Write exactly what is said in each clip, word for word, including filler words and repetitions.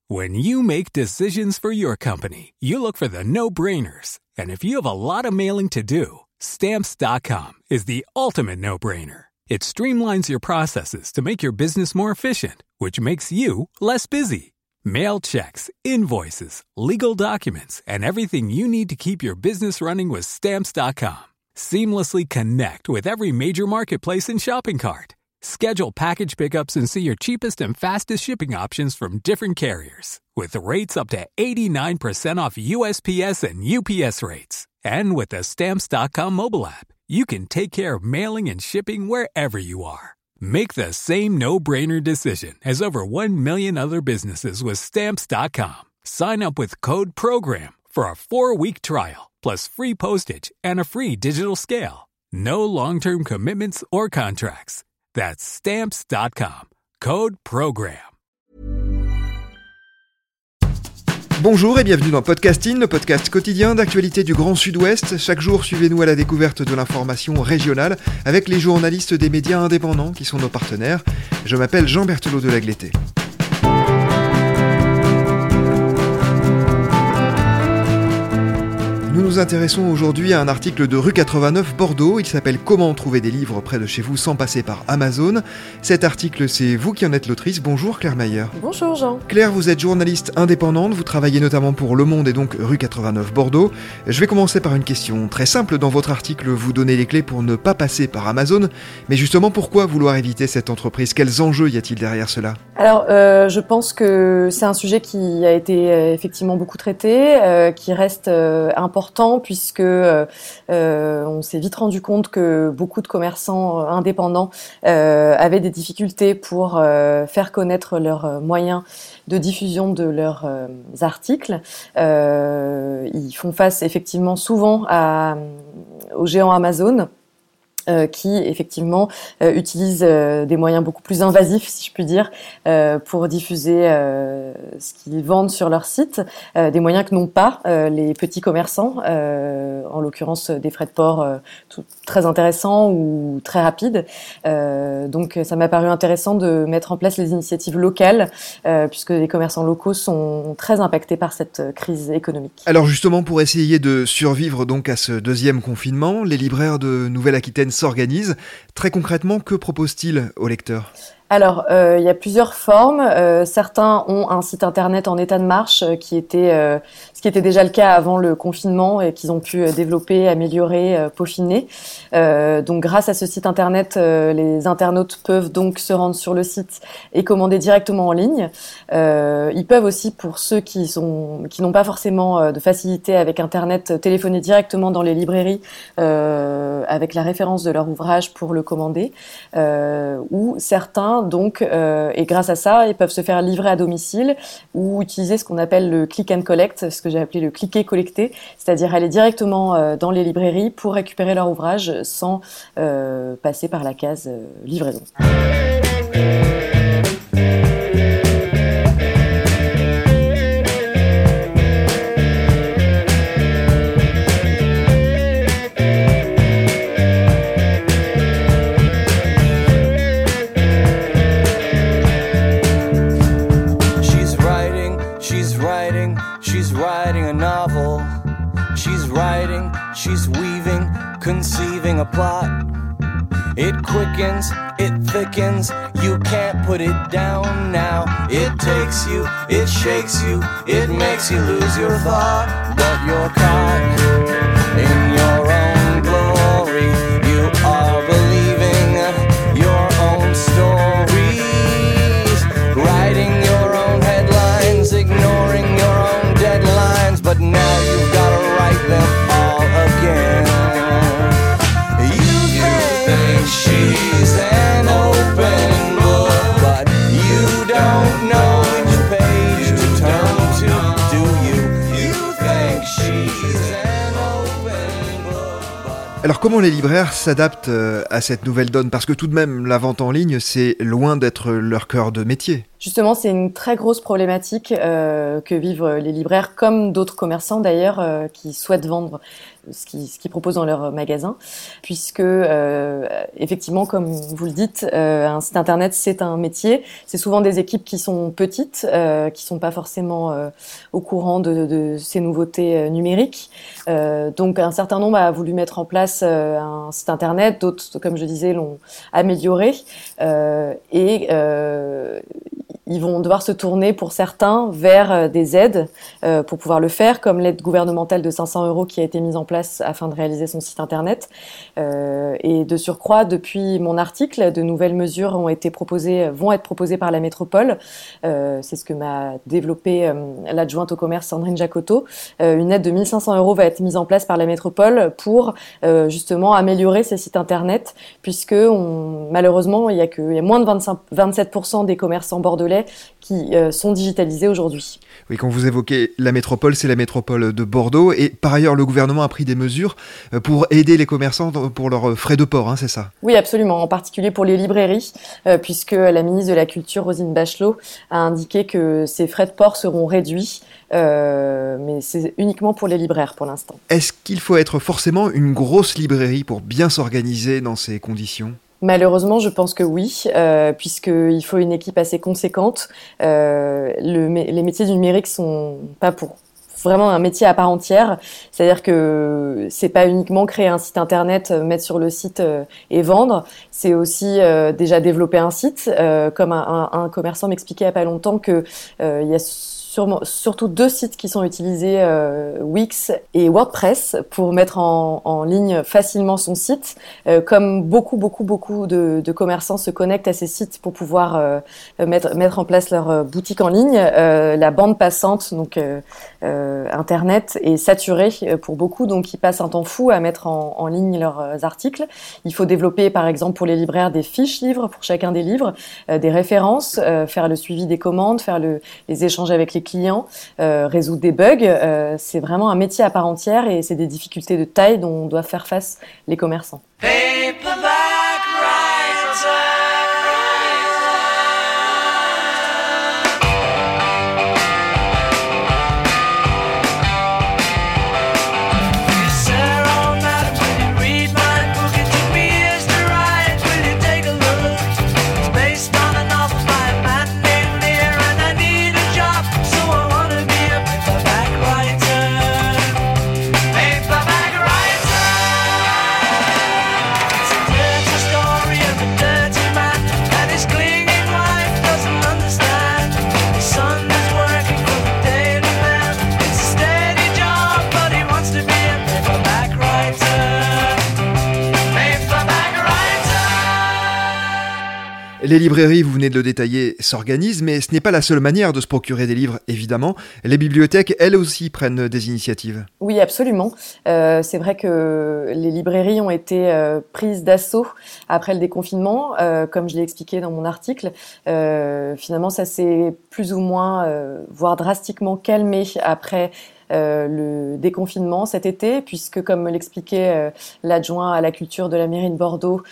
When you make decisions for your company, you look for the no-brainers. And if you have a lot of mailing to do, Stamps dot com is the ultimate no-brainer. It streamlines your processes to make your business more efficient, which makes you less busy. Mail checks, invoices, legal documents, and everything you need to keep your business running with Stamps dot com. Seamlessly connect with every major marketplace and shopping cart. Schedule package pickups and see your cheapest and fastest shipping options from different carriers. With rates up to eighty-nine percent off U S P S and U P S rates. And with the Stamps dot com mobile app, you can take care of mailing and shipping wherever you are. Make the same no-brainer decision as over one million other businesses with Stamps dot com. Sign up with code PROGRAM for a four-week trial, plus free postage and a free digital scale. No long-term commitments or contracts. That's Stamps dot com. Code PROGRAM. Bonjour et bienvenue dans Podcasting, le podcast quotidien d'actualité du Grand Sud-Ouest. Chaque jour, suivez-nous à la découverte de l'information régionale avec les journalistes des médias indépendants qui sont nos partenaires. Je m'appelle Jean Berthelot de Lagleté. Nous nous intéressons aujourd'hui à un article de Rue quatre-vingt-neuf Bordeaux. Il s'appelle « Comment trouver des livres près de chez vous sans passer par Amazon ». Cet article, c'est vous qui en êtes l'autrice. Bonjour Claire Mayer. Bonjour Jean. Claire, vous êtes journaliste indépendante, vous travaillez notamment pour Le Monde et donc Rue quatre-vingt-neuf Bordeaux. Je vais commencer par une question très simple. Dans votre article, vous donnez les clés pour ne pas passer par Amazon. Mais justement, pourquoi vouloir éviter cette entreprise ? Quels enjeux y a-t-il derrière cela ? Alors, euh, je pense que c'est un sujet qui a été euh, effectivement beaucoup traité, euh, qui reste euh, important puisque euh, euh, on s'est vite rendu compte que beaucoup de commerçants indépendants euh, avaient des difficultés pour euh, faire connaître leurs moyens de diffusion de leurs euh, articles. Euh, ils font face effectivement souvent à, aux géants Amazon. Euh, qui effectivement euh, utilisent euh, des moyens beaucoup plus invasifs, si je puis dire, euh, pour diffuser euh, ce qu'ils vendent sur leur site, euh, des moyens que n'ont pas euh, les petits commerçants, euh, en l'occurrence des frais de port euh, tout, très intéressants ou très rapides. Euh, donc ça m'a paru intéressant de mettre en place les initiatives locales, euh, puisque les commerçants locaux sont très impactés par cette crise économique. Alors justement, pour essayer de survivre donc à ce deuxième confinement, les libraires de Nouvelle-Aquitaine s'organisent. Très concrètement, que proposent-ils aux lecteurs ? Alors, euh, il y a plusieurs formes. Euh, certains ont un site internet en état de marche, euh, qui était, euh, ce qui était déjà le cas avant le confinement et qu'ils ont pu euh, développer, améliorer, euh, peaufiner. Euh, donc, grâce à ce site internet, euh, les internautes peuvent donc se rendre sur le site et commander directement en ligne. Euh, ils peuvent aussi, pour ceux qui sont, qui n'ont pas forcément euh, de facilité avec internet, téléphoner directement dans les librairies euh, avec la référence de leur ouvrage pour le commander. Euh, ou certains donc, euh, et grâce à ça, ils peuvent se faire livrer à domicile ou utiliser ce qu'on appelle le click and collect, ce que j'ai appelé le cliquer collecter, c'est-à-dire aller directement euh, dans les librairies pour récupérer leur ouvrage sans euh, passer par la case euh, livraison. She's weaving, conceiving a plot. It quickens, it thickens, you can't put it down now. It takes you, it shakes you, it makes you lose your thought. But you're caught in your own glory. You are believing your own stories, writing your own headlines, ignoring your own deadlines. But now you've got to write them all again. You think she's an open book, but you don't know which page to turn to, do you? You think she's an open book, but... Alors comment les libraires s'adaptent à cette nouvelle donne ? Parce que tout de même, la vente en ligne, c'est loin d'être leur cœur de métier. Justement, c'est une très grosse problématique euh, que vivent les libraires, comme d'autres commerçants d'ailleurs, euh, qui souhaitent vendre ce qu'ils, ce qu'ils proposent dans leur magasin, puisque euh, effectivement, comme vous le dites, euh, un site internet c'est un métier. C'est souvent des équipes qui sont petites, euh, qui sont pas forcément euh, au courant de, de ces nouveautés euh, numériques. Euh, donc, un certain nombre a voulu mettre en place euh, un site internet, d'autres, comme je disais, l'ont amélioré euh, et euh, ils vont devoir se tourner pour certains vers des aides euh, pour pouvoir le faire, comme l'aide gouvernementale de cinq cents euros qui a été mise en place afin de réaliser son site internet. Euh, et de surcroît, depuis mon article, de nouvelles mesures ont été proposées, vont être proposées par la métropole. Euh, c'est ce que m'a développé euh, l'adjointe au commerce Sandrine Jacotto. Euh, une aide de mille cinq cents euros va être mise en place par la métropole pour euh, justement améliorer ces sites internet, puisque on, malheureusement, il y a que il y a moins de vingt-cinq, vingt-sept pour cent des commerçants bordelais qui euh, sont digitalisés aujourd'hui. Oui, quand vous évoquez la métropole, c'est la métropole de Bordeaux. Et par ailleurs, le gouvernement a pris des mesures pour aider les commerçants pour leurs frais de port, hein, c'est ça ? Oui, absolument, en particulier pour les librairies, euh, puisque la ministre de la Culture, Roselyne Bachelot, a indiqué que ces frais de port seront réduits, euh, mais c'est uniquement pour les libraires pour l'instant. Est-ce qu'il faut être forcément une grosse librairie pour bien s'organiser dans ces conditions ? Malheureusement, je pense que oui, euh, puisqu'il faut une équipe assez conséquente. Euh, le, les métiers du numérique sont pas pour vraiment un métier à part entière. C'est-à-dire que c'est pas uniquement créer un site internet, mettre sur le site euh, et vendre. C'est aussi euh, déjà développer un site. Euh, comme un, un, un commerçant m'expliquait il y a pas longtemps que euh, il y a Sûrement, surtout deux sites qui sont utilisés, euh, Wix et WordPress, pour mettre en, en ligne facilement son site. Euh, comme beaucoup, beaucoup, beaucoup de, de commerçants se connectent à ces sites pour pouvoir euh, mettre, mettre en place leur boutique en ligne, euh, la bande passante, donc euh, euh, Internet, est saturée pour beaucoup, donc ils passent un temps fou à mettre en, en ligne leurs articles. Il faut développer, par exemple, pour les libraires, des fiches livres pour chacun des livres, euh, des références, euh, faire le suivi des commandes, faire le, les échanges avec les clients, euh, résoudre des bugs. Euh, c'est vraiment un métier à part entière et c'est des difficultés de taille dont doivent faire face les commerçants. Paperback writer. Les librairies, vous venez de le détailler, s'organisent, mais ce n'est pas la seule manière de se procurer des livres, évidemment. Les bibliothèques, elles aussi, prennent des initiatives. Oui, absolument. Euh, c'est vrai que les librairies ont été euh, prises d'assaut après le déconfinement. Euh, comme je l'ai expliqué dans mon article, euh, finalement, ça s'est plus ou moins, euh, voire drastiquement calmé après Euh, le déconfinement cet été, puisque comme l'expliquait euh, l'adjoint à la culture de la mairie de Bordeaux,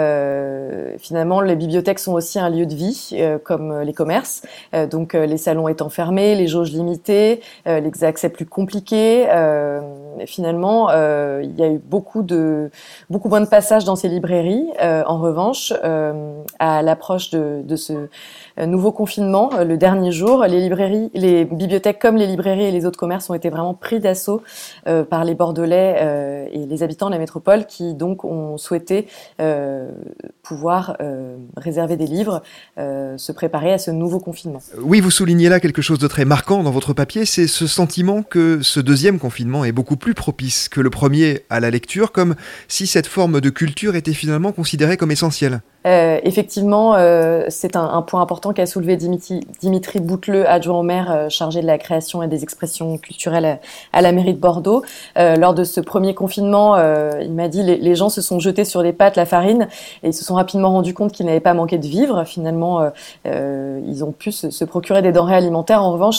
euh, finalement les bibliothèques sont aussi un lieu de vie, euh, comme les commerces. Euh, donc euh, les salons étant fermés, les jauges limitées, euh, les accès plus compliqués. Euh, finalement, euh, il y a eu beaucoup de beaucoup moins de passages dans ces librairies. Euh, en revanche, euh, à l'approche de, de ce nouveau confinement, euh, le dernier jour, les librairies, les bibliothèques comme les librairies et les autres commerces ont été vraiment pris d'assaut euh, par les Bordelais euh, et les habitants de la métropole qui donc ont souhaité euh, pouvoir euh, réserver des livres, euh, se préparer à ce nouveau confinement. Oui, vous soulignez là quelque chose de très marquant dans votre papier, c'est ce sentiment que ce deuxième confinement est beaucoup plus propice que le premier à la lecture, comme si cette forme de culture était finalement considérée comme essentielle. Euh, effectivement, euh, c'est un, un point important qu'a soulevé Dimitri, Dimitri Bouteleux, adjoint au maire euh, chargé de la création et des expressions culturelles à, à la mairie de Bordeaux. Euh, lors de ce premier confinement, euh, il m'a dit les, les gens se sont jetés sur les pâtes, la farine, et ils se sont rapidement rendus compte qu'ils n'avaient pas manqué de vivre. Finalement, euh, euh, ils ont pu se, se procurer des denrées alimentaires. En revanche,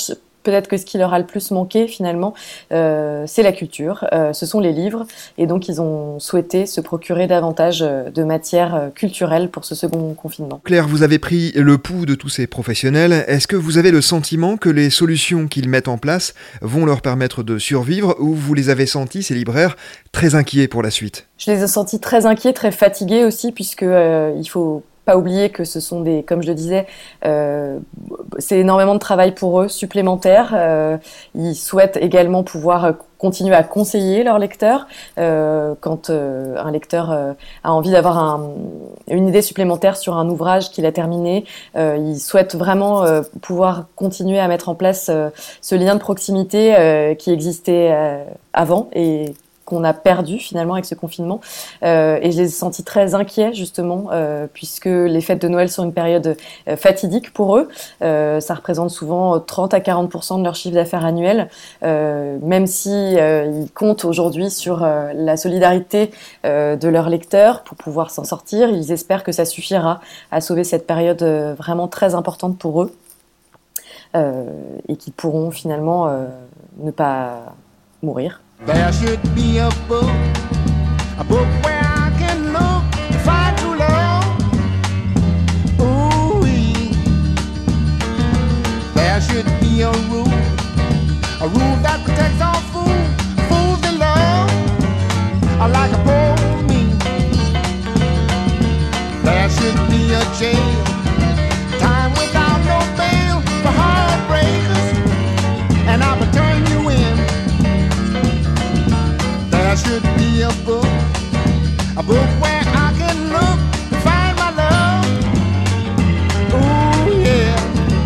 peut-être que ce qui leur a le plus manqué finalement, euh, c'est la culture, euh, ce sont les livres, et donc ils ont souhaité se procurer davantage de matières culturelles pour ce second confinement. Claire, vous avez pris le pouls de tous ces professionnels. Est-ce que vous avez le sentiment que les solutions qu'ils mettent en place vont leur permettre de survivre, ou vous les avez sentis, ces libraires, très inquiets pour la suite ? Je les ai sentis très inquiets, très fatigués aussi, puisque euh, il faut pas oublier que ce sont des, comme je le disais, euh, c'est énormément de travail pour eux, supplémentaire. Euh, ils souhaitent également pouvoir continuer à conseiller leurs lecteurs. Euh, quand euh, un lecteur euh, a envie d'avoir un, une idée supplémentaire sur un ouvrage qu'il a terminé, euh, ils souhaitent vraiment euh, pouvoir continuer à mettre en place euh, ce lien de proximité euh, qui existait euh, avant et qu'on a perdu finalement avec ce confinement, euh, et je les ai sentis très inquiets justement, euh, puisque les fêtes de Noël sont une période euh, fatidique pour eux. Euh, ça représente souvent trente à quarante pour cent de leur chiffre d'affaires annuel, euh, même si euh, ils comptent aujourd'hui sur euh, la solidarité euh, de leurs lecteurs pour pouvoir s'en sortir. Ils espèrent que ça suffira à sauver cette période euh, vraiment très importante pour eux, euh, et qu'ils pourront finalement euh, ne pas mourir. There should be a book, a book where I can look to find true love. Ooh-wee. There should be a rule, a rule that protects all fools, fools in love, are like a poor me. There should be a jail, time without no bail for heartbreakers, and I will turn you in. There should be a book, a book where I can look to find my love. Ooh, yeah.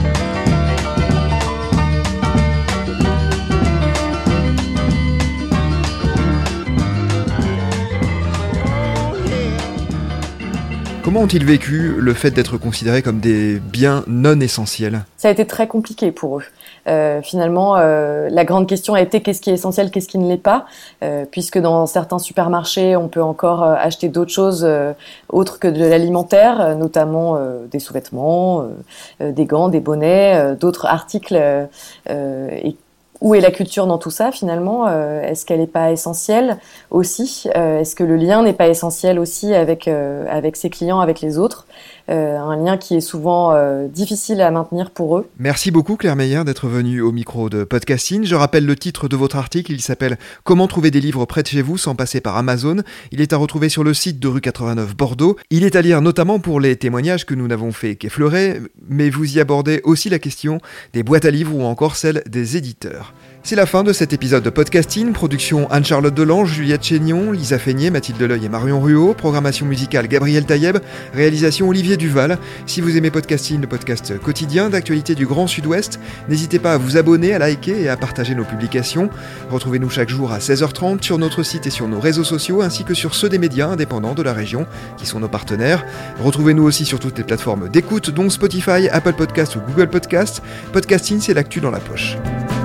Oh, yeah. Comment ont-ils vécu le fait d'être considérés comme des biens non essentiels ? Ça a été très compliqué pour eux. Euh, finalement, euh, la grande question a été qu'est-ce qui est essentiel, qu'est-ce qui ne l'est pas, euh, puisque dans certains supermarchés, on peut encore euh, acheter d'autres choses euh, autres que de l'alimentaire, euh, notamment euh, des sous-vêtements, euh, euh, des gants, des bonnets, euh, d'autres articles. Euh, euh, et où est la culture dans tout ça finalement ? euh, Est-ce qu'elle n'est pas essentielle aussi ? euh, Est-ce que le lien n'est pas essentiel aussi avec euh, avec ses clients, avec les autres ? Euh, un lien qui est souvent euh, difficile à maintenir pour eux. Merci beaucoup Claire Meyer d'être venue au micro de Podcasting. Je rappelle le titre de votre article, il s'appelle « Comment trouver des livres près de chez vous sans passer par Amazon ». Il est à retrouver sur le site de Rue quatre-vingt-neuf Bordeaux. Il est à lire notamment pour les témoignages que nous n'avons fait qu'effleurer, mais vous y abordez aussi la question des boîtes à livres ou encore celle des éditeurs. C'est la fin de cet épisode de Podcasting. Production Anne-Charlotte Delange, Juliette Chénion, Lisa Feignet, Mathilde Deleuil et Marion Ruot. Programmation musicale Gabriel Taïeb. Réalisation Olivier Duval. Si vous aimez Podcasting, le podcast quotidien d'actualité du Grand Sud-Ouest, n'hésitez pas à vous abonner, à liker et à partager nos publications. Retrouvez-nous chaque jour à seize heures trente sur notre site et sur nos réseaux sociaux, ainsi que sur ceux des médias indépendants de la région, qui sont nos partenaires. Retrouvez-nous aussi sur toutes les plateformes d'écoute, dont Spotify, Apple Podcasts ou Google Podcasts. Podcasting, c'est l'actu dans la poche.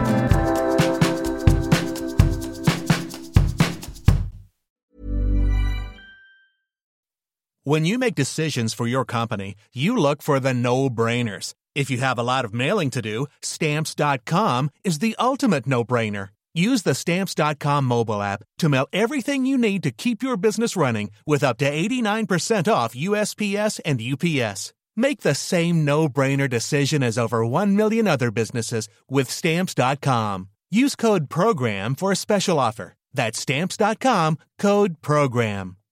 When you make decisions for your company, you look for the no-brainers. If you have a lot of mailing to do, Stamps dot com is the ultimate no-brainer. Use the Stamps dot com mobile app to mail everything you need to keep your business running with up to eighty-nine percent off U S P S and U P S. Make the same no-brainer decision as over one million other businesses with Stamps dot com. Use code PROGRAM for a special offer. That's Stamps dot com, code PROGRAM.